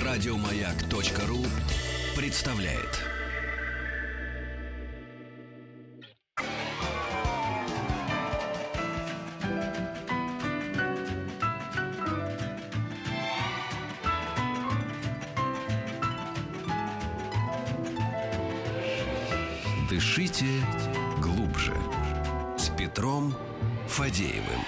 Радиомаяк.ру представляет. Дышите глубже с Петром Фадеевым.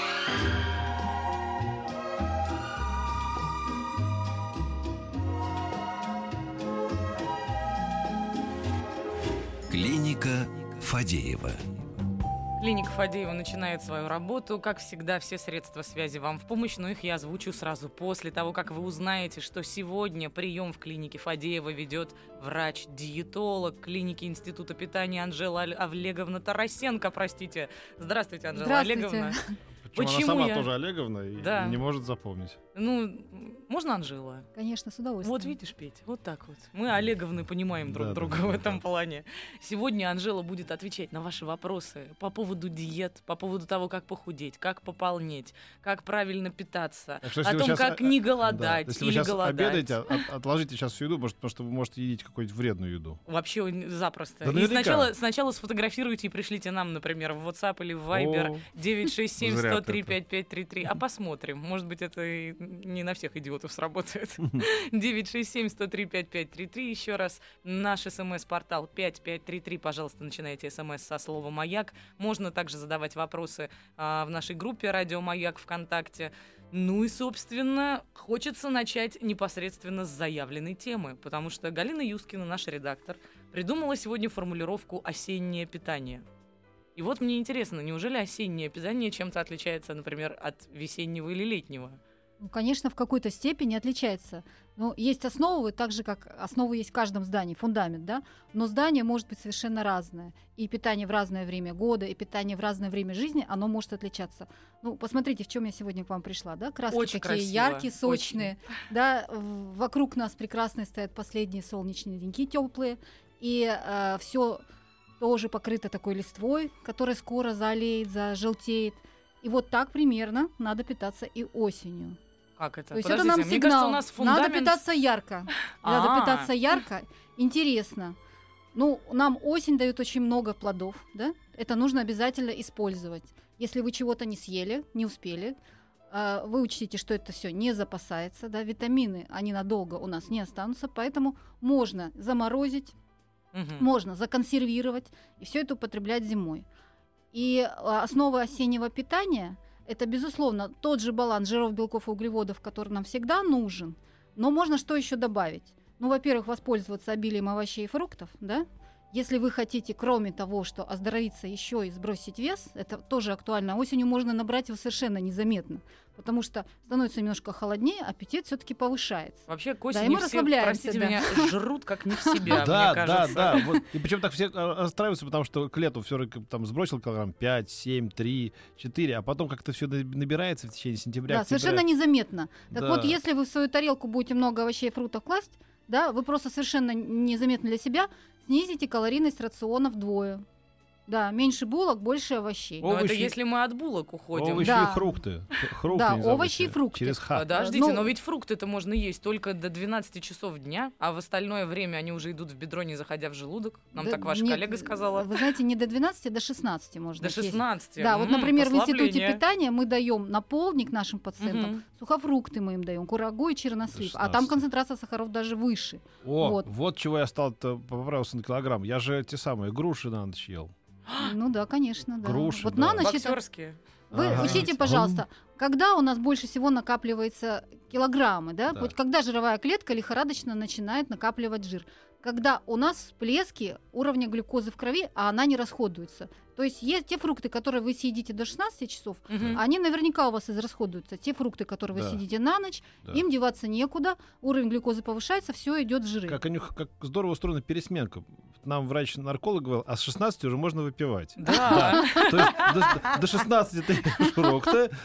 Клиника Фадеева. Клиника Фадеева начинает свою работу. Как всегда, все средства связи вам в помощь, но их я озвучу сразу после того, как вы узнаете, что сегодня прием в клинике Фадеева ведет врач-диетолог клиники Института питания Анжела Олеговна Тарасенко. Простите. Здравствуйте, Анжела Олеговна. Почему она сама тоже Олеговна и не может запомнить? Ну, можно Анжела? Конечно, с удовольствием. Вот видишь, Петь, вот так вот. Мы Олеговны понимаем друг друга в этом плане. Сегодня Анжела будет отвечать на ваши вопросы по поводу диет, по поводу того, как похудеть, как пополнеть, как правильно питаться, о том, как не голодать если или вы сейчас голодать. обедаете, отложите сейчас всю еду, потому что вы можете есть какую-нибудь вредную еду. Вообще запросто. Да, и сначала сфотографируйте и пришлите нам, например, в WhatsApp или в Viber 967-103-5533. А посмотрим. Может быть, это и не на всех идиотов сработает. 967-103-5533. Еще раз, наш СМС-портал 5533. Пожалуйста, начинайте СМС со слова «Маяк». Можно также задавать вопросы в нашей группе «Радио Маяк» ВКонтакте. Ну и, собственно, хочется начать непосредственно с заявленной темы, потому что Галина Юскина, наш редактор, придумала сегодня формулировку «осеннее питание». И вот мне интересно, неужели осеннее питание чем-то отличается, например, от весеннего или летнего? Ну, конечно, в какой-то степени отличается. Но есть основы, так же, как основы есть в каждом здании, фундамент, да? Но здание может быть совершенно разное. И питание в разное время года, и питание в разное время жизни, оно может отличаться. Ну, посмотрите, в чем я сегодня к вам пришла, да? Краски очень такие красиво, яркие, сочные. Очень. Да? Вокруг нас прекрасные стоят последние солнечные деньки, теплые. И все тоже покрыто такой листвой, которая скоро заолеет, зажелтеет. И вот так примерно надо питаться и осенью. Как это? То есть Подождите, это нам мне сигнал. кажется, у нас фундамент... Надо питаться ярко. Надо питаться ярко, интересно. Ну, нам осень дает очень много плодов, да? Это нужно обязательно использовать. Если вы чего-то не съели, не успели, вы учтите, что это все не запасается, да? Витамины, они надолго у нас не останутся, поэтому можно заморозить, можно законсервировать и все это употреблять зимой. И основа осеннего питания – это, безусловно, тот же баланс жиров, белков и углеводов, который нам всегда нужен. Но можно что еще добавить? Ну, во-первых, воспользоваться обилием овощей и фруктов, да? Если вы хотите, кроме того, что оздоровиться, еще и сбросить вес, это тоже актуально. Осенью можно набрать его совершенно незаметно, потому что становится немножко холоднее, аппетит все-таки повышается. Вообще к осени все, простите меня, жрут как не в себя, мне кажется. Да. И причем так все расстраиваются, потому что к лету все там сбросил килограмм 5, 7, 3, 4, а потом как-то все набирается в течение сентября. Да, совершенно незаметно. Так вот, если вы в свою тарелку будете много овощей и фруктов класть, да, вы просто совершенно незаметно для себя снизите калорийность рациона вдвое. Да, меньше булок, больше овощей. Но это если мы от булок уходим. Овощи и фрукты. Да, овощи и фрукты. Через Х. Подождите, но ведь фрукты-то можно есть только до 12 часов дня, а в остальное время они уже идут в бедро, не заходя в желудок. Нам так ваша коллега сказала. Вы знаете, не до 12, а до 16 можно есть. До 16? Да, вот, например, в Институте питания мы даем на полдник нашим пациентам сухофрукты мы им даем, курагу и чернослив. А там концентрация сахаров даже выше. Вот чего я поправился на килограмм. Я же те самые груши на ночь ел. Ну да, конечно, да. Груши, вот на ночь боксерские. Вы учтите, пожалуйста, когда у нас больше всего накапливается килограммы, да? Вот когда жировая клетка лихорадочно начинает накапливать жир. Когда у нас всплески уровня глюкозы в крови, а она не расходуется. То есть те фрукты, которые вы съедите до 16 часов, они наверняка у вас израсходуются. Те фрукты, которые вы съедите на ночь, им деваться некуда, уровень глюкозы повышается, все идет в жиры. Как здорово устроена пересменка. Нам врач-нарколог говорил, а с 16 уже можно выпивать. Да. То есть до 16 ты ешь фрукты, а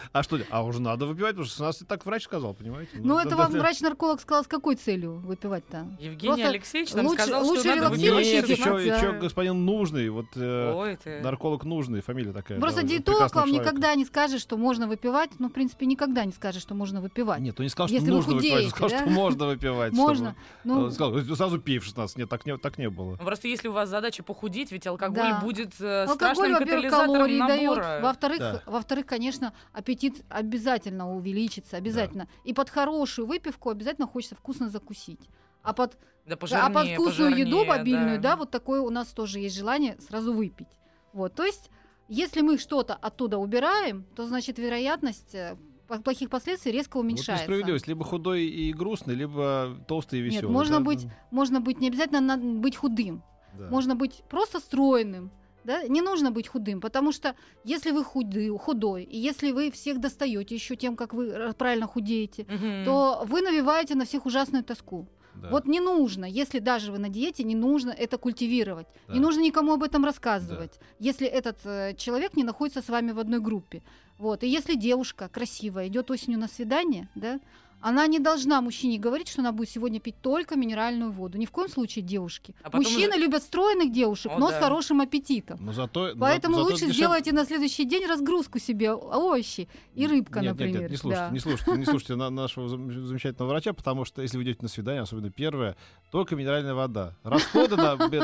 выпивали. А уже надо выпивать, потому что у нас и так врач сказал, понимаете? Ну, это вам врач-нарколог сказал, с какой целью выпивать-то? Евгений Просто Алексеевич нам лучше- сказал, лучше что надо релаксирующие Нет, выпивать. эффекты. еще господин Нужный, вот Ой, ты. нарколог Нужный, фамилия такая. Просто да, диетолог прекрасного вам человека. никогда не скажет, что можно выпивать. Ну, в принципе, никогда не скажет, что можно выпивать. Нет, он не сказал, что Если вы нужно выпивать, он худеете, сказал, да? что можно выпивать. Можно. чтобы- Ну, Он сказал, сразу пей в 16. Нет, так не было. Ну, просто если у вас задача похудеть, ведь алкоголь Да. будет алкоголь, страшным во-первых, катализатором калорий дает. набора. Во-вторых, Да. во-вторых, конечно, аппетит обязательно увеличится, обязательно. И под хорошую выпивку обязательно хочется вкусно закусить. А под Да а под вкусную еду, пожирнее, обильную, да, вот такое у нас тоже есть желание сразу выпить. Вот, то есть, если мы что-то оттуда убираем, то, значит, вероятность плохих последствий резко Вот уменьшается. несправедливость. Либо худой и грустный, либо толстый и веселый. Нет, можно быть не обязательно быть худым. Да. Можно быть просто стройным. Да? Не нужно быть худым, потому что если вы худой, и если вы всех достаете еще тем, как вы правильно худеете, Мгм. то вы навеваете на всех ужасную тоску. Да. Вот не нужно, если даже вы на диете, не нужно это культивировать. Да. Не нужно никому об этом рассказывать, если этот человек не находится с вами в одной группе. Вот. И если девушка красивая идет осенью на свидание, да, она не должна мужчине говорить, что она будет сегодня пить только минеральную воду. Ни в коем случае девушки. А потом Мужчины любят стройных девушек, О, но да. с хорошим аппетитом. Но зато, Поэтому зато лучше дешев- сделайте на следующий день разгрузку себе, овощи и рыбка, Нет, например. Нет, не слушайте, Да. не слушайте нашего замечательного врача, потому что если вы идете на свидание, особенно первое, только минеральная вода. Расходы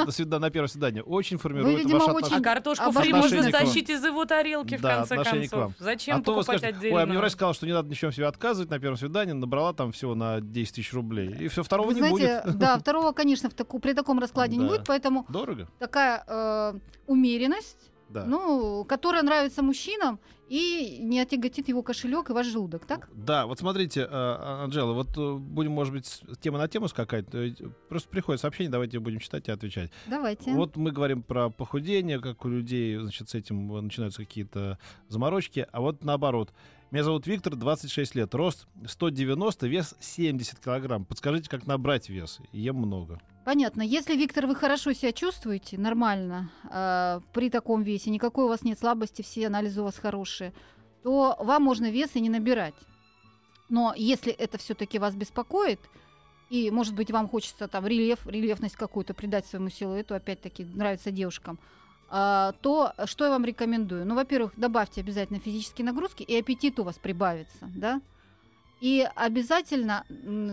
на первое свидание очень формируют видимо, ваши очень- А отношения. картошку Об фри можно отношении к вам. стащить из его тарелки, в Да, конце отношение к концов. вам. Зачем А то вы покупать скажете, отдельно? ой, а мне врач сказал, что не надо ни в чем себе отказывать на первом свидании, набрала там всего на 10 тысяч рублей. И все, второго Вы не знаете, будет. да, второго, конечно, при таком раскладе не Да. будет, поэтому Дорого? такая умеренность, Да. ну, которая нравится мужчинам и не отяготит его кошелек и ваш желудок, так? Да, вот смотрите, Анжела, вот будем, может быть, с темы на тему скакать. Просто приходит сообщение, давайте будем читать и отвечать. Давайте. Вот мы говорим про похудение, как у людей, значит, с этим начинаются какие-то заморочки. А вот наоборот. Меня зовут Виктор, 26 лет, рост 190, вес 70 килограмм. Подскажите, как набрать вес? Ем много. Понятно. Если, Виктор, вы хорошо себя чувствуете, нормально, при таком весе, никакой у вас нет слабости, все анализы у вас хорошие, то вам можно вес и не набирать. Но если это все-таки вас беспокоит, и, может быть, вам хочется там рельефность какую-то придать своему силуэту, опять-таки, нравится девушкам, то что я вам рекомендую? Ну, во-первых, добавьте обязательно физические нагрузки, и аппетит у вас прибавится, да? И обязательно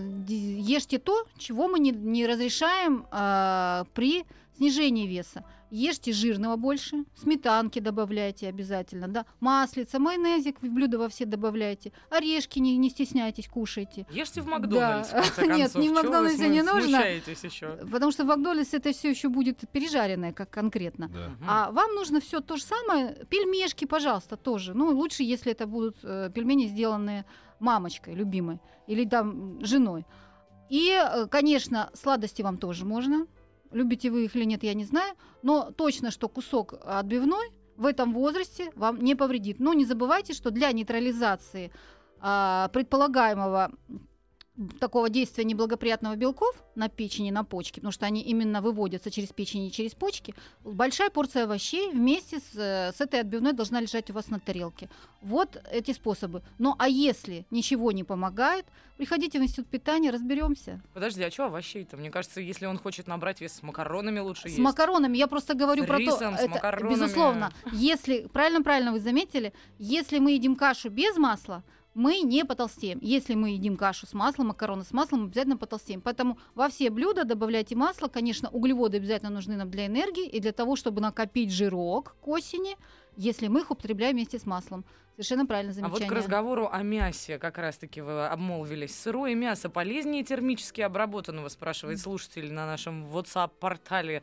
ешьте то, чего мы не разрешаем при снижении веса. Ешьте жирного больше, сметанки добавляйте обязательно, да, маслица, майонезик в блюдо во все добавляйте, орешки не стесняйтесь, кушайте. Ешьте в Макдональдсе, Да. в конце Нет, концов. не в Чего вы Макдональдсе не нужно. смущаетесь еще? Потому что в Макдональдсе это все еще будет пережаренное, как конкретно. Да. А вам нужно все то же самое. Пельмешки, пожалуйста, тоже. Ну, лучше, если это будут пельмени, сделанные мамочкой любимой или там женой. И, конечно, сладости вам тоже можно. Любите вы их или нет, я не знаю. Но точно, что кусок отбивной в этом возрасте вам не повредит. Но не забывайте, что для нейтрализации предполагаемого такого действия неблагоприятного белков на печени, на почки, потому что они именно выводятся через печень и через почки, большая порция овощей вместе с этой отбивной должна лежать у вас на тарелке. Вот эти способы. Ну а если ничего не помогает, приходите в институт питания, разберемся. Подожди, а что овощей-то? Мне кажется, если он хочет набрать вес, с макаронами лучше С есть. макаронами, я просто говорю С про рисом, то, с макаронами. безусловно, если, правильно вы заметили, если мы едим кашу без масла, мы не потолстеем. Если мы едим кашу с маслом, макароны с маслом, мы обязательно потолстеем. Поэтому во все блюда добавляйте масло. Конечно, углеводы обязательно нужны нам для энергии и для того, чтобы накопить жирок к осени, если мы их употребляем вместе с маслом. Совершенно правильное А вот замечание. к разговору о мясе как раз-таки вы обмолвились. Сырое мясо полезнее термически обработанного, спрашивает слушатель на нашем WhatsApp-портале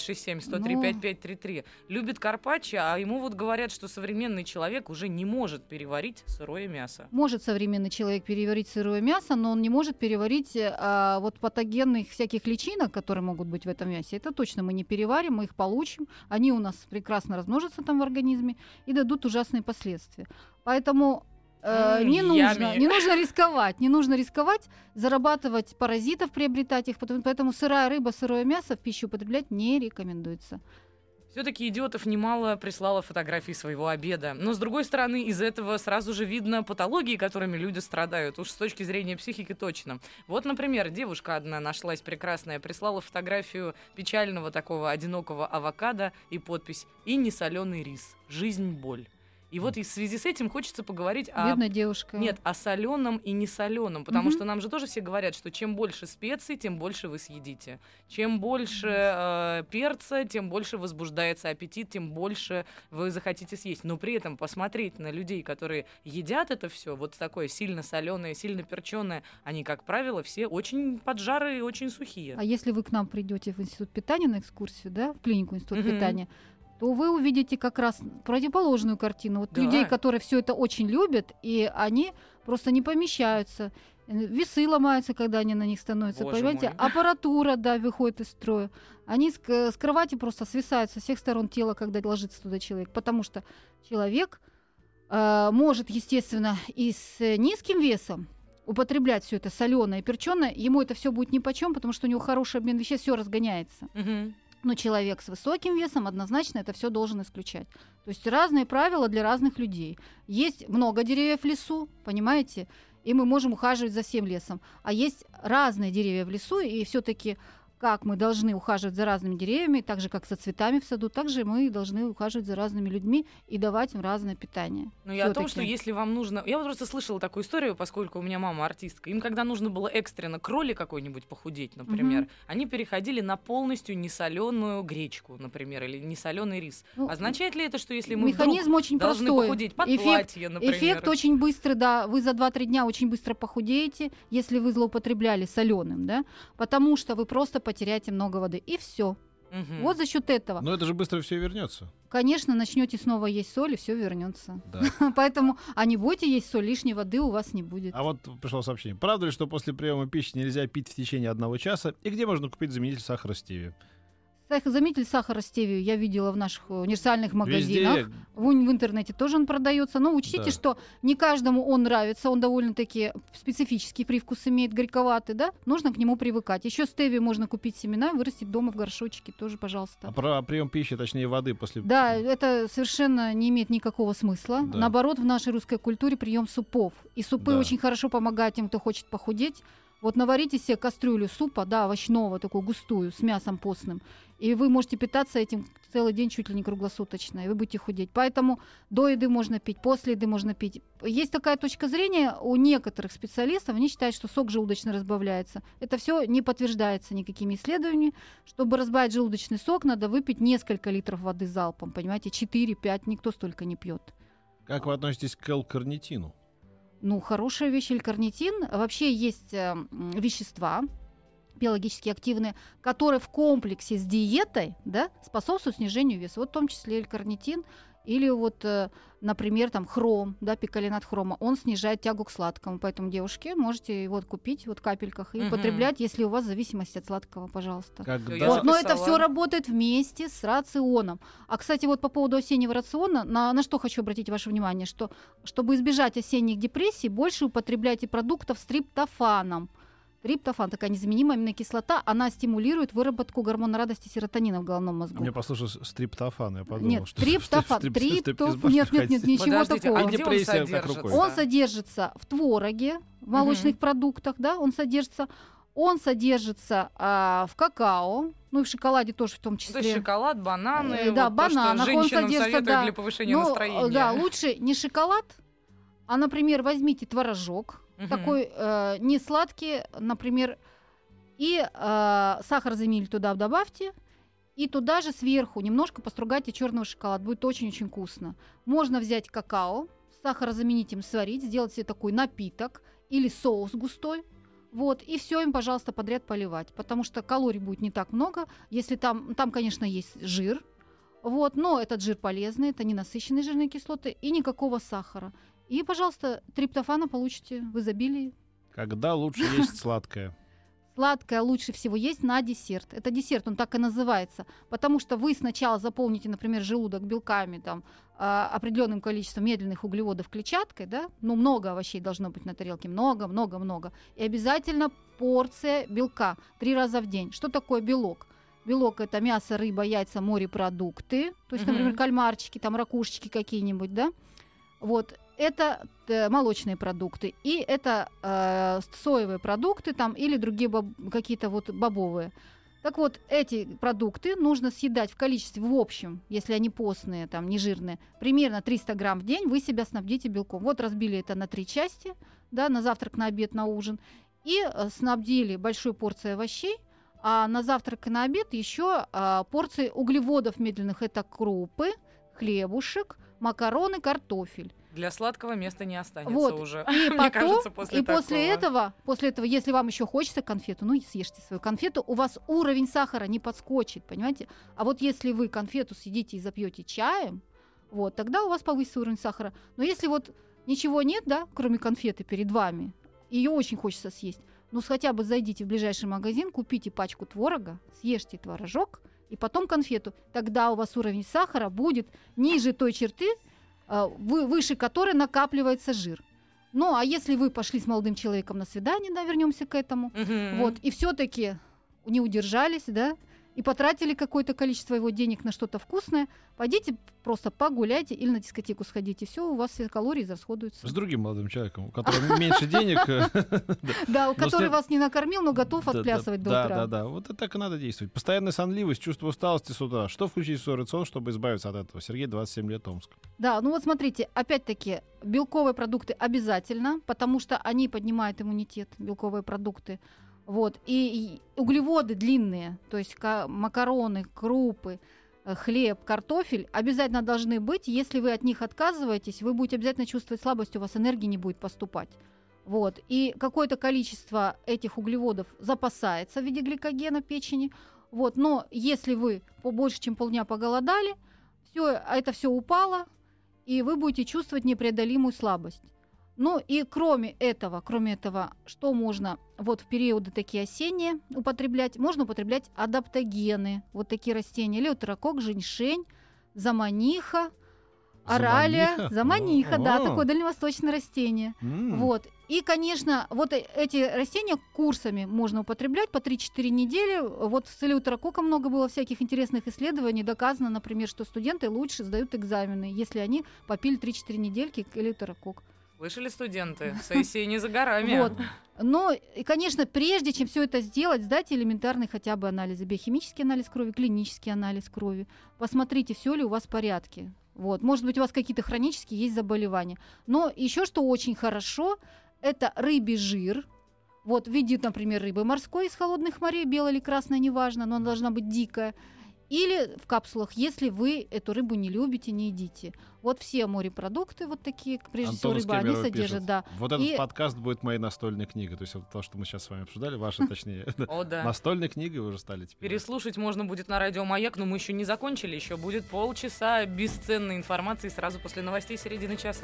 967-103-5533. Любит карпаччо, а ему вот говорят, что современный человек уже не может переварить сырое мясо. Может современный человек переварить сырое мясо, но он не может переварить вот патогенных всяких личинок, которые могут быть в этом мясе. Это точно мы не переварим, мы их получим. Они у нас прекрасно размножатся там в организме и дадут ужасные последствия. Поэтому не нужно рисковать, зарабатывать паразитов, приобретать их. Поэтому сырая рыба, сырое мясо в пищу употреблять не рекомендуется. Все-таки идиотов немало прислало фотографии своего обеда. Но, с другой стороны, из этого сразу же видно патологии, которыми люди страдают. Уж с точки зрения психики точно. Вот, например, девушка одна нашлась прекрасная, прислала фотографию печального такого одинокого авокадо и подпись «И несоленый рис. Жизнь, боль». И вот в связи с этим хочется поговорить Бедная девушка. Нет, о соленом и несоленом, потому что нам же тоже все говорят, что чем больше специй, тем больше вы съедите. Чем больше перца, тем больше возбуждается аппетит, тем больше вы захотите съесть. Но при этом посмотреть на людей, которые едят это все, вот такое сильно соленое, сильно перченое, они, как правило, все очень поджарые и очень сухие. А если вы к нам придете в институт питания на экскурсию, да, в клинику института питания, то вы увидите как раз противоположную картину. Вот людей, которые все это очень любят, и они просто не помещаются. Весы ломаются, когда они на них становятся, Боже понимаете? мой. Аппаратура, да, выходит из строя. Они с кровати просто свисают со всех сторон тела, когда ложится туда человек. Потому что человек может, естественно, и с низким весом употреблять все это соленое и перченое, ему это все будет нипочем, потому что у него хороший обмен веществ, все разгоняется. Но человек с высоким весом однозначно это все должен исключать. То есть разные правила для разных людей. Есть много деревьев в лесу, понимаете, и мы можем ухаживать за всем лесом. А есть разные деревья в лесу, и все-таки как мы должны ухаживать за разными деревьями, так же, как со цветами в саду, так же мы должны ухаживать за разными людьми и давать им разное питание. Ну, я о том, что если вам нужно... Я вот просто слышала такую историю, поскольку у меня мама артистка. Им, когда нужно было экстренно кролик какой-нибудь похудеть, например, они переходили на полностью несоленую гречку, например, или несоленый рис. Ну, означает ли это, что если мы механизм вдруг очень должны простой. похудеть под платье, например? Эффект очень быстрый, да. Вы за 2-3 дня очень быстро похудеете, если вы злоупотребляли соленым, да, потому что вы просто потеряете много воды. И все. Вот за счет этого. Но это же быстро все вернется. Конечно, начнете снова есть соль, и все вернется. Да. Поэтому, не будете есть соль, лишней воды у вас не будет. А вот пришло сообщение. Правда ли, что после приема пищи нельзя пить в течение 1 часа? И где можно купить заменитель сахара стевия? Заметили сахара стевию, я видела в наших универсальных магазинах. Везде. В интернете тоже он продается. Но учтите, Да. что не каждому он нравится. Он довольно-таки специфический привкус имеет, горьковатый, да? Нужно к нему привыкать. Еще стевию можно купить семена, вырастить дома в горшочке. Тоже, пожалуйста. А про прием пищи, точнее воды после... Да, это совершенно не имеет никакого смысла. Да. Наоборот, в нашей русской культуре прием супов. И супы Да. очень хорошо помогают тем, кто хочет похудеть. Вот наварите себе кастрюлю супа, да, овощного, такую густую, с мясом постным, и вы можете питаться этим целый день чуть ли не круглосуточно, и вы будете худеть. Поэтому до еды можно пить, после еды можно пить. Есть такая точка зрения у некоторых специалистов, они считают, что сок желудочный разбавляется. Это все не подтверждается никакими исследованиями. Чтобы разбавить желудочный сок, надо выпить несколько литров воды залпом, понимаете, 4-5, никто столько не пьет. Как вы относитесь к L-карнитину? Ну, хорошая вещь L-карнитин. Вообще есть вещества биологически активные, которые в комплексе с диетой, да, способствуют снижению веса. Вот в том числе L-карнитин или вот, например, там хром, да, пикалинат хрома, он снижает тягу к сладкому. Поэтому, девушки, можете его купить вот в капельках и употреблять, если у вас зависимость от сладкого, пожалуйста. Когда... Вот, но это записала. все работает вместе с рационом. А, кстати, вот по поводу осеннего рациона, на что хочу обратить ваше внимание, что чтобы избежать осенних депрессий, больше употребляйте продуктов с триптофаном. Триптофан, такая незаменимая аминокислота, она стимулирует выработку гормона радости серотонина в головном мозгу. Мне послушалось стриптофан, я подумал, Нет, что... триптофан, нет, ничего Подождите, такого. а где он Депрессия как содержится? рукой. Он содержится в твороге, в молочных продуктах, да, он содержится в какао, ну и в шоколаде тоже в том То есть числе. шоколад, бананы, Да, вот бананах, то, он что женщинам содержится, советуют да. для повышения Ну, настроения. да, лучше не шоколад, а, например, возьмите творожок, такой не сладкий, например, и сахарозаменитель туда добавьте, и туда же сверху немножко постругайте черного шоколада. Будет очень-очень вкусно. Можно взять какао, с сахарозаменителем сварить, сделать себе такой напиток или соус густой. Вот, и все им, пожалуйста, подряд поливать. Потому что калорий будет не так много. Если там, конечно, есть жир. Вот, но этот жир полезный, это ненасыщенные жирные кислоты и никакого сахара. И, пожалуйста, триптофана получите в изобилии. Когда лучше есть сладкое? Сладкое лучше всего есть на десерт. Это десерт, он так и называется. Потому что вы сначала заполните, например, желудок белками, там, определенным количеством медленных углеводов клетчаткой, да? Ну, много овощей должно быть на тарелке. Много. И обязательно порция белка 3 раза в день. Что такое белок? Белок — это мясо, рыба, яйца, морепродукты. То есть, например, кальмарчики, там ракушечки какие-нибудь, да. Вот. Это молочные продукты. И это соевые продукты там, или другие какие-то вот бобовые. Так вот, эти продукты нужно съедать в количестве, в общем, если они постные, там, нежирные, примерно 300 грамм в день, вы себя снабдите белком. Вот разбили это на 3 части, да, на завтрак, на обед, на ужин, и снабдили большой порцией овощей, а на завтрак и на обед еще порции углеводов медленных. Это крупы, хлебушек, макароны, картофель. Для сладкого места не останется вот. уже. И Мне потом, кажется, после этого, если вам еще хочется конфету, ну и съешьте свою конфету, у вас уровень сахара не подскочит, понимаете? А вот если вы конфету съедите и запьете чаем, вот, тогда у вас повысится уровень сахара. Но если вот ничего нет, да, кроме конфеты перед вами, ее очень хочется съесть, ну хотя бы зайдите в ближайший магазин, купите пачку творога, съешьте творожок и потом конфету. Тогда у вас уровень сахара будет ниже той черты, выше которой накапливается жир. Ну, а если вы пошли с молодым человеком на свидание, да, вернемся к этому, вот, и все-таки не удержались, да, и потратили какое-то количество его денег на что-то вкусное, пойдите просто погуляйте или на дискотеку сходите, все, у вас все калории израсходуются. С другим молодым человеком, у которого меньше денег. Да, у которого вас не накормил, но готов отплясывать до утра. Да. Вот это так и надо действовать. Постоянная сонливость, чувство усталости с утра. Что включить в свой рацион, чтобы избавиться от этого? Сергей, 27 лет, Омск. Да, ну вот смотрите, опять-таки, белковые продукты обязательно, потому что они поднимают иммунитет, белковые продукты. Вот. И углеводы длинные, то есть макароны, крупы, хлеб, картофель обязательно должны быть. Если вы от них отказываетесь, вы будете обязательно чувствовать слабость, у вас энергии не будет поступать. Вот. И какое-то количество этих углеводов запасается в виде гликогена печени. Вот. Но если вы больше, чем полдня поголодали, это все упало, и вы будете чувствовать непреодолимую слабость. Ну и кроме этого, что можно вот в периоды такие осенние употреблять? Можно употреблять адаптогены, вот такие растения, элеутерокок, женьшень, заманиха, оралия. Заманиха, да, такое дальневосточное растение. Вот. И, конечно, вот эти растения курсами можно употреблять по 3-4 недели. Вот с элеутерококом много было всяких интересных исследований. Доказано, например, что студенты лучше сдают экзамены, если они попили 3-4 недельки элеутерокок. Слышали, студенты? Сессии не за горами. Вот. Но, и, конечно, прежде чем все это сделать, сдайте элементарный хотя бы анализы. Биохимический анализ крови, клинический анализ крови. Посмотрите, все ли у вас в порядке. Вот. Может быть, у вас какие-то хронические есть заболевания. Но еще что очень хорошо, это рыбий жир. Вот в виде, например, рыбы морской из холодных морей, белая или красная, неважно, но она должна быть дикая. Или в капсулах, если вы эту рыбу не любите, не едите. Вот все морепродукты вот такие, прежде всего рыба, они содержат, да. Вот этот подкаст будет моей настольной книгой. То есть вот то, что мы сейчас с вами обсуждали, ваша, точнее, настольной книгой вы уже стали теперь. Переслушать можно будет на радио «Маяк», но мы еще не закончили. Еще будет полчаса бесценной информации сразу после новостей середины часа.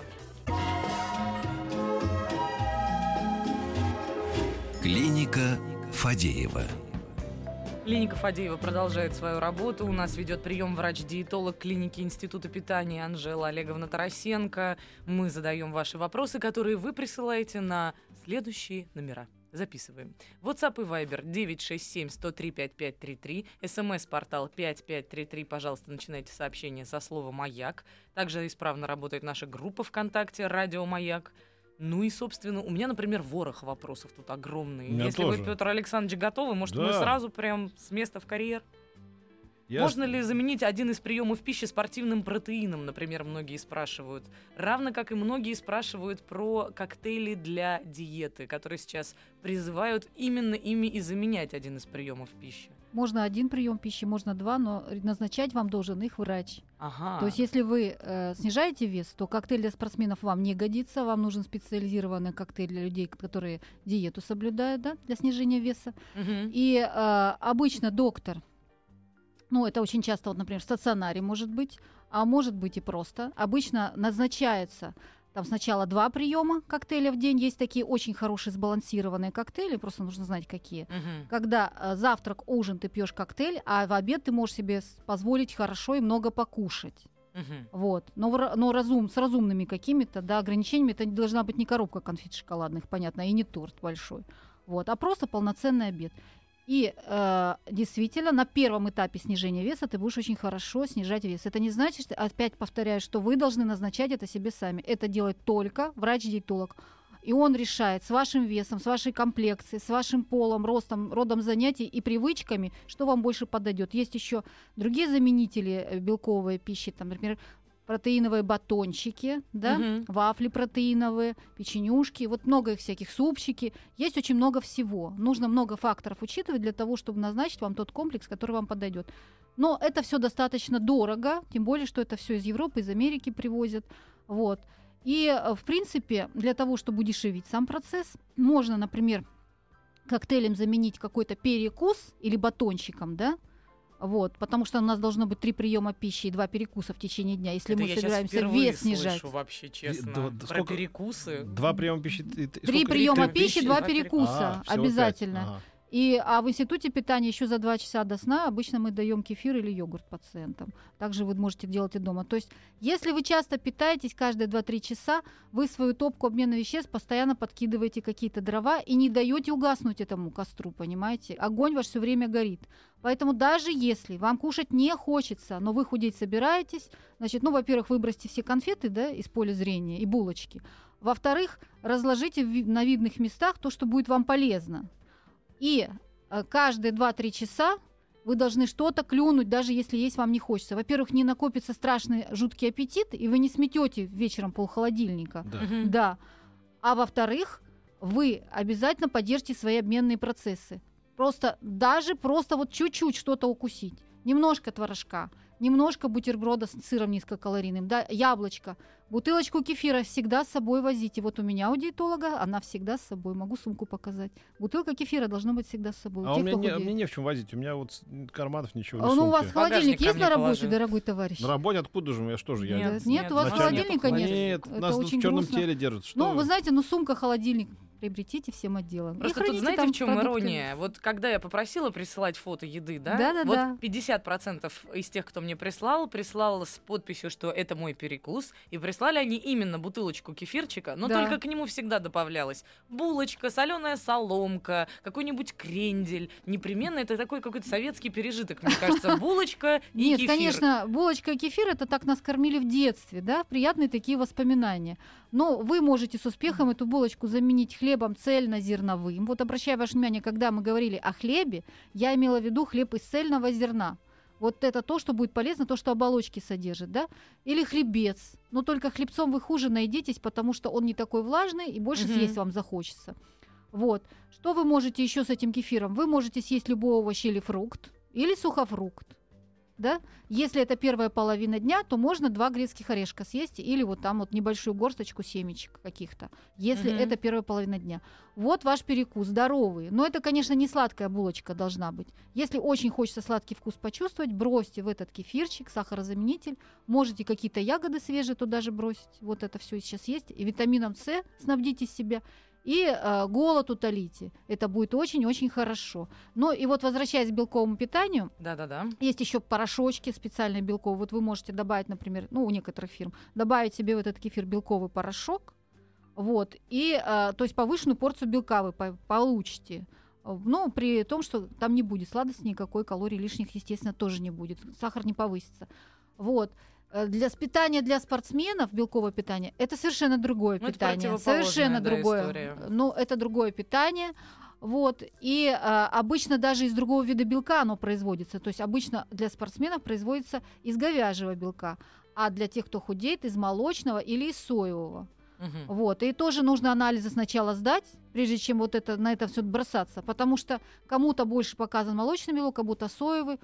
Клиника Фадеева. Клиника Фадеева продолжает свою работу. У нас ведет прием врач-диетолог клиники Института питания Анжела Олеговна Тарасенко. Мы задаем ваши вопросы, которые вы присылаете на следующие номера. Записываем. WhatsApp и Viber 967-103-5533. СМС-портал 5533. Пожалуйста, начинайте сообщение со слова «Маяк». Также исправно работает наша группа ВКонтакте «Радио Маяк». Ну и, собственно, у меня, например, ворох вопросов тут огромный. Если тоже. вы, Петр Александрович, готовы, может, мы сразу прям с места в карьер? Можно ли заменить один из приемов пищи спортивным протеином, например, многие спрашивают. Равно как и многие спрашивают про коктейли для диеты, которые сейчас призывают именно ими и заменять один из приемов пищи. Можно один прием пищи, можно два, но назначать вам должен их врач. Ага. То есть если вы снижаете вес, то коктейль для спортсменов вам не годится, вам нужен специализированный коктейль для людей, которые диету соблюдают, да, для снижения веса. И обычно доктор, ну это очень часто, вот, например, в стационаре может быть, а может быть и просто, обычно назначается там сначала 2 приема коктейля в день. Есть такие очень хорошие сбалансированные коктейли, просто нужно знать, какие. Когда завтрак, ужин ты пьешь коктейль, а в обед ты можешь себе позволить хорошо и много покушать. Вот. Но с разумными какими-то, да, ограничениями. Это должна быть не коробка конфет шоколадных, понятно, и не торт большой. Вот. А просто полноценный обед. И действительно, на первом этапе снижения веса ты будешь очень хорошо снижать вес. Это не значит, что, опять повторяю, что вы должны назначать это себе сами. Это делает только врач-диетолог. И он решает с вашим весом, с вашей комплекцией, с вашим полом, ростом, родом занятий и привычками, что вам больше подойдет. Есть еще другие заменители белковой пищи, там, например, протеиновые батончики, да, вафли протеиновые, печенюшки, вот много их всяких, супчики. Есть очень много всего. Нужно много факторов учитывать для того, чтобы назначить вам тот комплекс, который вам подойдет. Но это все достаточно дорого, тем более, что это все из Европы, из Америки привозят. Вот. И, в принципе, для того, чтобы удешевить сам процесс, можно, например, коктейлем заменить какой-то перекус или батончиком, да, вот, потому что у нас должно быть 3 приема пищи и 2 перекуса в течение дня. Если это мы собираемся вес снижать. Слышу вообще, честно. Про Сколько? перекусы. 2 приема пищи. 3 приема пищи, 2 перекуса. всего обязательно. 5. Ага. А в институте питания еще за 2 часа до сна обычно мы даем кефир или йогурт пациентам. Также вы можете делать и дома. То есть, если вы часто питаетесь каждые 2-3 часа, вы свою топку обмена веществ постоянно подкидываете какие-то дрова и не даете угаснуть этому костру, понимаете? Огонь ваш все время горит. Поэтому даже если вам кушать не хочется, но вы худеть собираетесь, значит, во-первых, выбросьте все конфеты, да, из поля зрения и булочки. Во-вторых, разложите на видных местах то, что будет вам полезно. И каждые 2-3 часа вы должны что-то клюнуть, даже если есть вам не хочется. Во-первых, не накопится страшный жуткий аппетит, и вы не сметете вечером полхолодильника. Да. А во-вторых, вы обязательно поддержите свои обменные процессы. Просто вот чуть-чуть что-то укусить. Немножко творожка, немножко бутерброда с сыром низкокалорийным, да, яблочко, бутылочку кефира всегда с собой возите. Вот у меня у диетолога она всегда с собой. Могу сумку показать. Бутылка кефира должна быть всегда с собой. А у меня не в чем возить. У меня вот карманов ничего, ни у сумки. вас холодильник есть на работе, положи. дорогой товарищ? На работе откуда же? Я что же? Нет, у вас холодильника нет. Нет, Это нас очень в черном грустно. теле держат. Что Вы знаете, сумка, холодильник приобретите всем отделом. Просто тут знаете, в чем ирония? Вот когда я попросила присылать фото еды, да? Вот 50% из тех, кто мне прислал с подписью, что это мой перекус, и прислали они именно бутылочку кефирчика, но только к нему всегда добавлялась булочка, соленая соломка, какой-нибудь крендель. Непременно это такой какой-то советский пережиток, мне кажется, булочка и кефир. Нет, конечно, булочка и кефир — это так нас кормили в детстве, да, приятные такие воспоминания. Но вы можете с успехом эту булочку заменить хлебом цельнозерновым. Вот обращаю ваше внимание, когда мы говорили о хлебе, я имела в виду хлеб из цельного зерна. Вот это то, что будет полезно, то, что оболочки содержит, да? Или хлебец. Но только хлебцом вы хуже наедитесь, потому что он не такой влажный, и больше съесть вам захочется. Вот. Что вы можете еще с этим кефиром? Вы можете съесть любой овощ или фрукт, или сухофрукт. Да? Если это первая половина дня, то можно 2 грецких орешка съесть или вот там вот небольшую горсточку семечек каких-то, если это первая половина дня. Вот ваш перекус, здоровый. Но это, конечно, не сладкая булочка должна быть. Если очень хочется сладкий вкус почувствовать, бросьте в этот кефирчик сахарозаменитель. Можете какие-то ягоды свежие туда же бросить. Вот это все сейчас есть. И витамином С снабдите себя. И голод утолите. Это будет очень-очень хорошо. Ну и вот возвращаясь к белковому питанию, есть еще порошочки специальные белковые. Вот вы можете добавить, например, у некоторых фирм, добавить себе в этот кефир белковый порошок, вот, и, то есть повышенную порцию белка вы получите. Ну, при том, что там не будет сладости никакой, калорий лишних, естественно, тоже не будет. Сахар не повысится. Вот. Для питания для спортсменов белковое питание это совершенно другое питание, совершенно другое. Но это другое питание, вот. И обычно даже из другого вида белка оно производится. То есть обычно для спортсменов производится из говяжьего белка, а для тех, кто худеет, из молочного или из соевого. Вот. И тоже нужно анализы сначала сдать, прежде чем на это все бросаться, потому что кому-то больше показан молочный белок, кому-то соевый.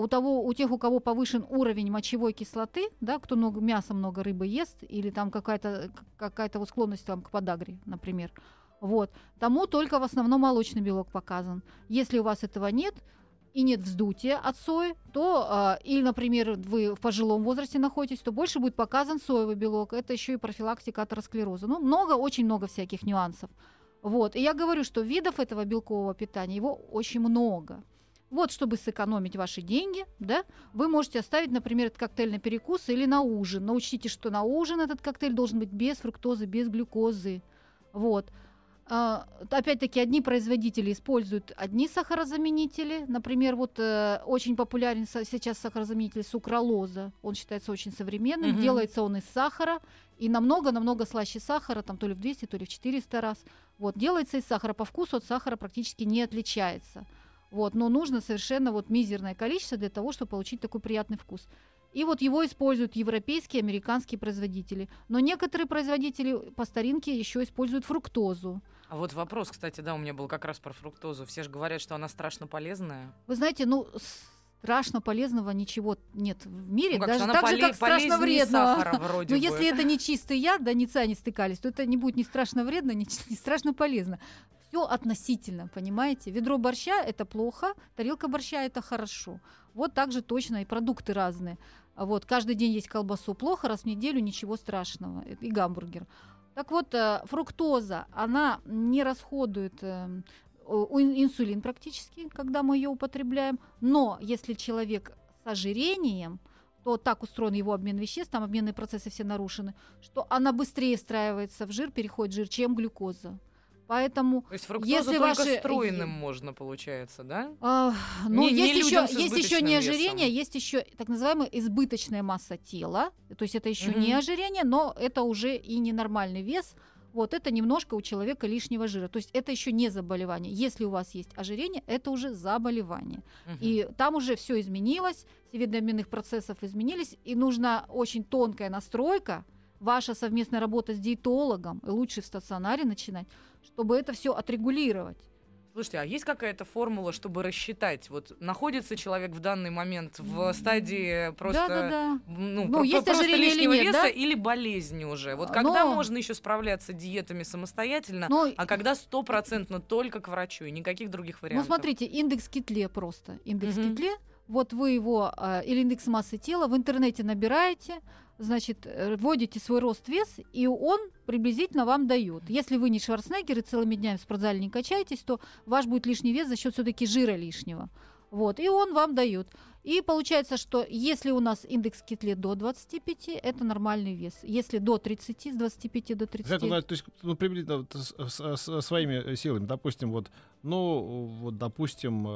У тех, у кого повышен уровень мочевой кислоты, да, кто мяса много рыбы ест, или там какая-то вот склонность там, к подагре, например, вот, тому только в основном молочный белок показан. Если у вас этого нет, и нет вздутия от сои, то, или, например, вы в пожилом возрасте находитесь, то больше будет показан соевый белок. Это еще и профилактика атеросклероза. Очень много всяких нюансов. Вот. И я говорю, что видов этого белкового питания, его очень много. Вот, чтобы сэкономить ваши деньги, да, вы можете оставить, например, этот коктейль на перекус или на ужин. Но учтите, что на ужин этот коктейль должен быть без фруктозы, без глюкозы. Вот. Опять-таки, одни производители используют одни сахарозаменители. Например, вот очень популярен сейчас сахарозаменитель сукралоза. Он считается очень современным. Делается он из сахара. И намного-намного слаще сахара, там то ли в 200, то ли в 400 раз. Вот, делается из сахара. По вкусу от сахара практически не отличается. Вот, но нужно совершенно вот мизерное количество для того, чтобы получить такой приятный вкус. И вот его используют европейские, американские производители. Но некоторые производители по старинке еще используют фруктозу. А вот вопрос, кстати, да, у меня был как раз про фруктозу. Все же говорят, что она страшно полезная. Вы знаете, страшно полезного ничего нет в мире, Ну, даже она так же, как страшно вредного. Сахара, вроде Но бы. если это не чистый яд, да, ни ца не стыкались, то это не будет ни страшно вредно, ни страшно полезно. Все относительно, понимаете? Ведро борща — это плохо, тарелка борща — это хорошо. Вот так же точно и продукты разные. Вот, каждый день есть колбасу плохо, раз в неделю ничего страшного. И гамбургер. Так вот, фруктоза, она не расходует инсулин практически, когда мы ее употребляем. Но если человек с ожирением, то так устроен его обмен веществ, там обменные процессы все нарушены, что она быстрее встраивается в жир, переходит в жир, чем глюкоза. Поэтому, то есть фруктозу если только ваши... стройным можно, получается, да? Но есть людям еще не ожирение, весом. есть еще так называемая избыточная масса тела. То есть это еще не ожирение, но это уже и ненормальный вес. Вот это немножко у человека лишнего жира. То есть это еще не заболевание. Если у вас есть ожирение, это уже заболевание. И там уже все изменилось, все виды обменных процессов изменились, и нужна очень тонкая настройка, ваша совместная работа с диетологом, и лучше в стационаре начинать, чтобы это все отрегулировать. Слушайте, а есть какая-то формула, чтобы рассчитать? Вот находится человек в данный момент в стадии просто, есть просто ожирение лишнего или нет, веса да? или болезни уже? Вот когда можно еще справляться диетами самостоятельно, а когда 100% только к врачу и никаких других вариантов? Ну, смотрите, индекс Китле просто. Индекс Китле, вот вы его, или индекс массы тела, в интернете набираете, значит, вводите свой рост, вес, и он приблизительно вам дает. Если вы не Шварценеггер и целыми днями в спортзале не качаетесь, то ваш будет лишний вес за счет все-таки жира лишнего. Вот, и он вам дает. И получается, что если у нас индекс Китле до 25, это нормальный вес. Если до 30, с 25 до 30... То есть, приблизительно своими силами, допустим, допустим,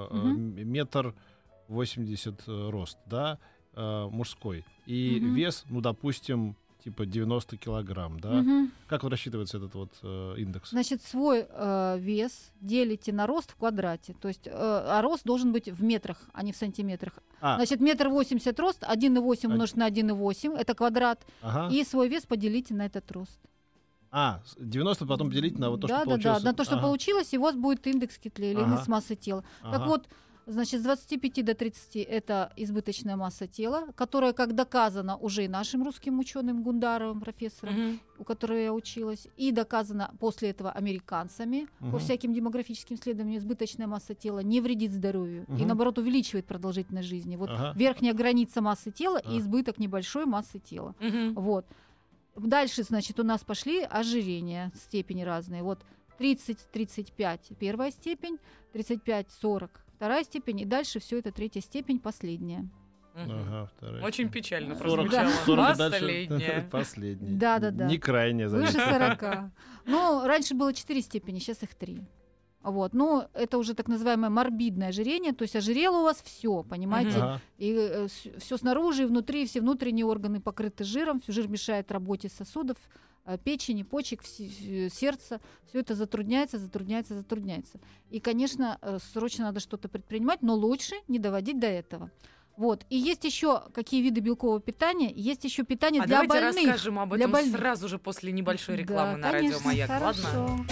1,80 м рост, да, мужской. И вес, допустим, типа 90 килограмм, да? Как вот рассчитывается этот вот индекс? Значит, свой вес делите на рост в квадрате. То есть, а рост должен быть в метрах, а не в сантиметрах. Значит, 1,80 м рост, 1,8 умножить на 1,8, это квадрат. И свой вес поделите на этот рост. 90 потом поделить на вот то, что получилось. Да, на то, что получилось, и у вас будет индекс Китле или индекс массы тела. Так вот, значит, с 25 до 30 это избыточная масса тела, которая, как доказано уже и нашим русским ученым Гундаровым, профессором, у которого я училась, и доказано после этого американцами по всяким демографическим исследованиям, избыточная масса тела не вредит здоровью и, наоборот, увеличивает продолжительность жизни. Вот верхняя граница массы тела и избыток небольшой массы тела. Вот. Дальше, значит, у нас пошли ожирения, степени разные. Вот 30-35 первая степень, 35-40 вторая степень, и дальше все это третья степень, последняя. Очень печально 40, прозвучало. Последняя. Да. Не крайняя. Выше 40. Ну, раньше было 4 степени, сейчас их 3. Вот. Но это уже так называемое морбидное ожирение, то есть ожирело у вас все, понимаете? И все снаружи и внутри, все внутренние органы покрыты жиром, жир мешает работе сосудов, печени, почек, сердца, все это затрудняется. И, конечно, срочно надо что-то предпринимать, но лучше не доводить до этого. Вот. И есть еще какие виды белкового питания? Есть еще питание для больных. Давайте расскажем об этом сразу же после небольшой рекламы на Радио Маяк. Хорошо. Ладно?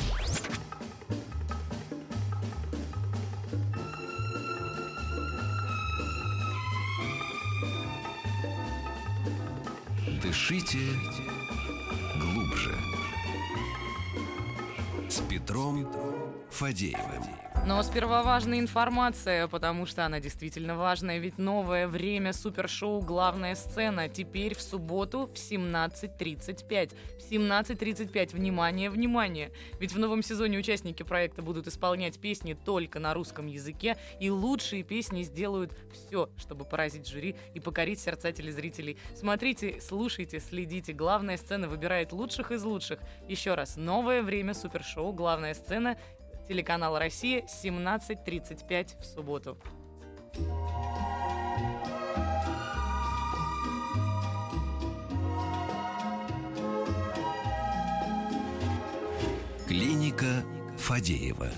Дышите глубже. С Петром Фадеевым. Но сперва важная информация, потому что она действительно важная, ведь новое время супершоу «Главная сцена» теперь в субботу в 17:35. В 17:35, внимание, внимание! Ведь в новом сезоне участники проекта будут исполнять песни только на русском языке, и лучшие песни сделают все, чтобы поразить жюри и покорить сердца телезрителей. Смотрите, слушайте, следите. «Главная сцена» выбирает лучших из лучших. Еще раз, новое время супершоу «Главная сцена», телеканал «Россия», 17:35 в субботу. Клиника Фадеева.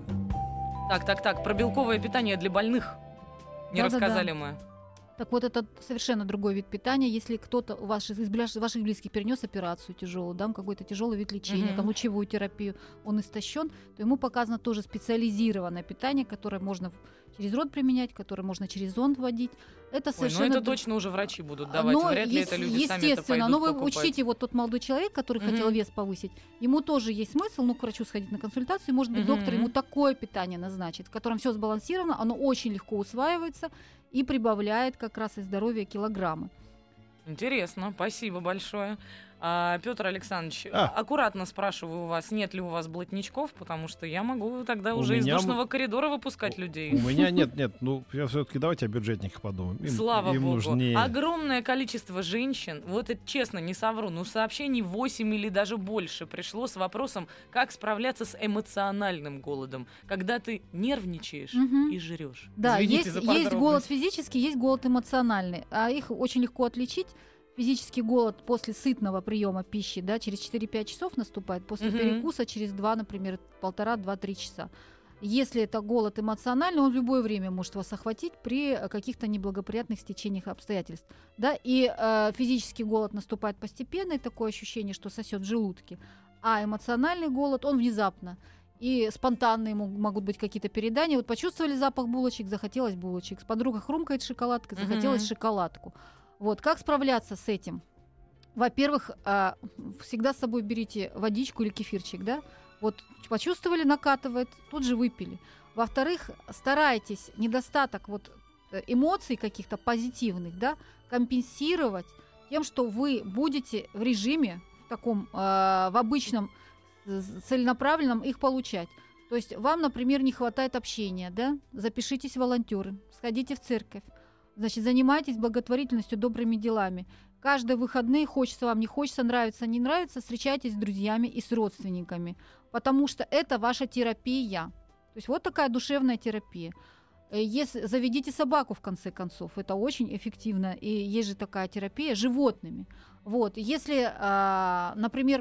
Так, про белковое питание для больных не рассказали мы. Так вот, это совершенно другой вид питания. Если кто-то из ваших близких перенес операцию тяжелую, да, какой-то тяжелый вид лечения, там лучевую терапию, он истощен, то ему показано тоже специализированное питание, которое можно через рот применять, которое можно через зонд вводить. Это совершенно... это точно уже врачи будут давать. Вряд ли это люди сами это пойдут но вы покупать. учтите, вот тот молодой человек, который хотел вес повысить, ему тоже есть смысл, к врачу сходить на консультацию, может быть, доктор ему такое питание назначит, в котором все сбалансировано, оно очень легко усваивается и прибавляет как раз и здоровье килограммы. Интересно, спасибо большое. Петр Александрович, аккуратно спрашиваю у вас, нет ли у вас блатничков, потому что я могу тогда уже из душного коридора выпускать людей. У меня нет, все-таки давайте о бюджетниках подумаем. Слава богу. Нужнее. Огромное количество женщин, вот это честно, не совру, сообщений 8 или даже больше пришло с вопросом, как справляться с эмоциональным голодом, когда ты нервничаешь и жрешь. Да, Извините за есть голод физический, есть голод эмоциональный, а их очень легко отличить. Физический голод после сытного приема пищи, да, через 4-5 часов наступает, после перекуса через 2, например, 1,5-2-3 часа. Если это голод эмоциональный, он в любое время может вас охватить при каких-то неблагоприятных стечениях обстоятельств. Да? И физический голод наступает постепенно, и такое ощущение, что сосет в желудке. А эмоциональный голод, он внезапно. И спонтанные могут быть какие-то передания. Вот почувствовали запах булочек, захотелось булочек. С подругой хрумкает шоколадка, захотелось шоколадку. Вот, как справляться с этим? Во-первых, всегда с собой берите водичку или кефирчик, да? Вот почувствовали, накатывает, тут же выпили. Во-вторых, старайтесь недостаток эмоций каких-то позитивных, да, компенсировать тем, что вы будете в режиме, в таком, в обычном, целенаправленном их получать. То есть вам, например, не хватает общения, да? Запишитесь в волонтеры, сходите в церковь. Значит, занимайтесь благотворительностью, добрыми делами. Каждые выходные, хочется вам, не хочется, нравится, не нравится, встречайтесь с друзьями и с родственниками, потому что это ваша терапия. То есть вот такая душевная терапия. Заведите собаку, в конце концов, это очень эффективно, и есть же такая терапия животными. Вот. Если, например,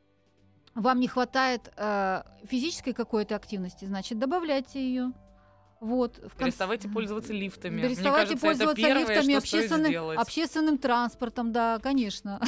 вам не хватает физической какой-то активности, значит, добавляйте ее. Вот, переставайте пользоваться лифтами. Переставайте Мне кажется, пользоваться это первое, лифтами, общественным транспортом, да, конечно.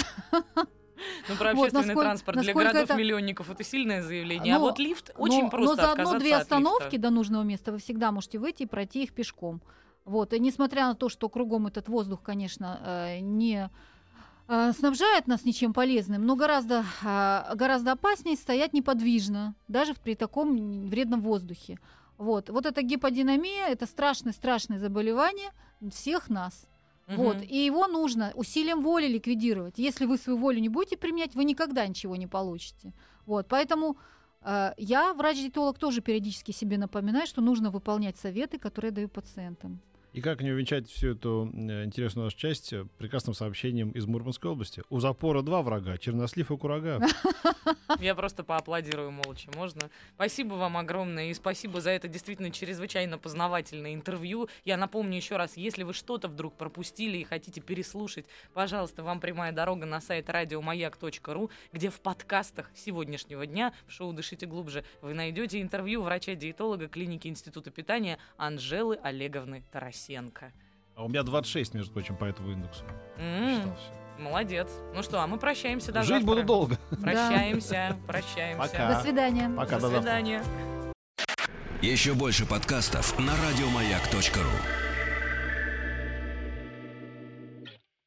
Про общественный транспорт для городов-миллионников это сильное заявление, а вот лифт очень просто отказаться от лифта. Но за 1-2 остановки до нужного места вы всегда можете выйти и пройти их пешком. Вот, и несмотря на то, что кругом этот воздух, конечно, не снабжает нас ничем полезным, но гораздо опаснее стоять неподвижно, даже при таком вредном воздухе. Вот эта гиподинамия, это страшное заболевание всех нас. Вот, и его нужно усилием воли ликвидировать. Если вы свою волю не будете применять, вы никогда ничего не получите. Вот, поэтому я, врач-диетолог, тоже периодически себе напоминаю, что нужно выполнять советы, которые я даю пациентам. И как не увенчать всю эту интересную нашу часть прекрасным сообщением из Мурманской области. У запора 2 врага — чернослив и курага. Я просто поаплодирую молча, можно? Спасибо вам огромное, и спасибо за это действительно чрезвычайно познавательное интервью. Я напомню еще раз, если вы что-то вдруг пропустили и хотите переслушать, пожалуйста, вам прямая дорога на сайт радиомаяк.ру, где в подкастах сегодняшнего дня в шоу «Дышите глубже» вы найдете интервью врача-диетолога клиники Института питания Анжелы Олеговны Тарасенко. А у меня 26, между прочим, по этому индексу. Молодец. Ну что, а мы прощаемся до завтра. Жить буду долго. Прощаемся. Пока. До свидания. До свидания. Еще больше подкастов на радиомаяк.ру.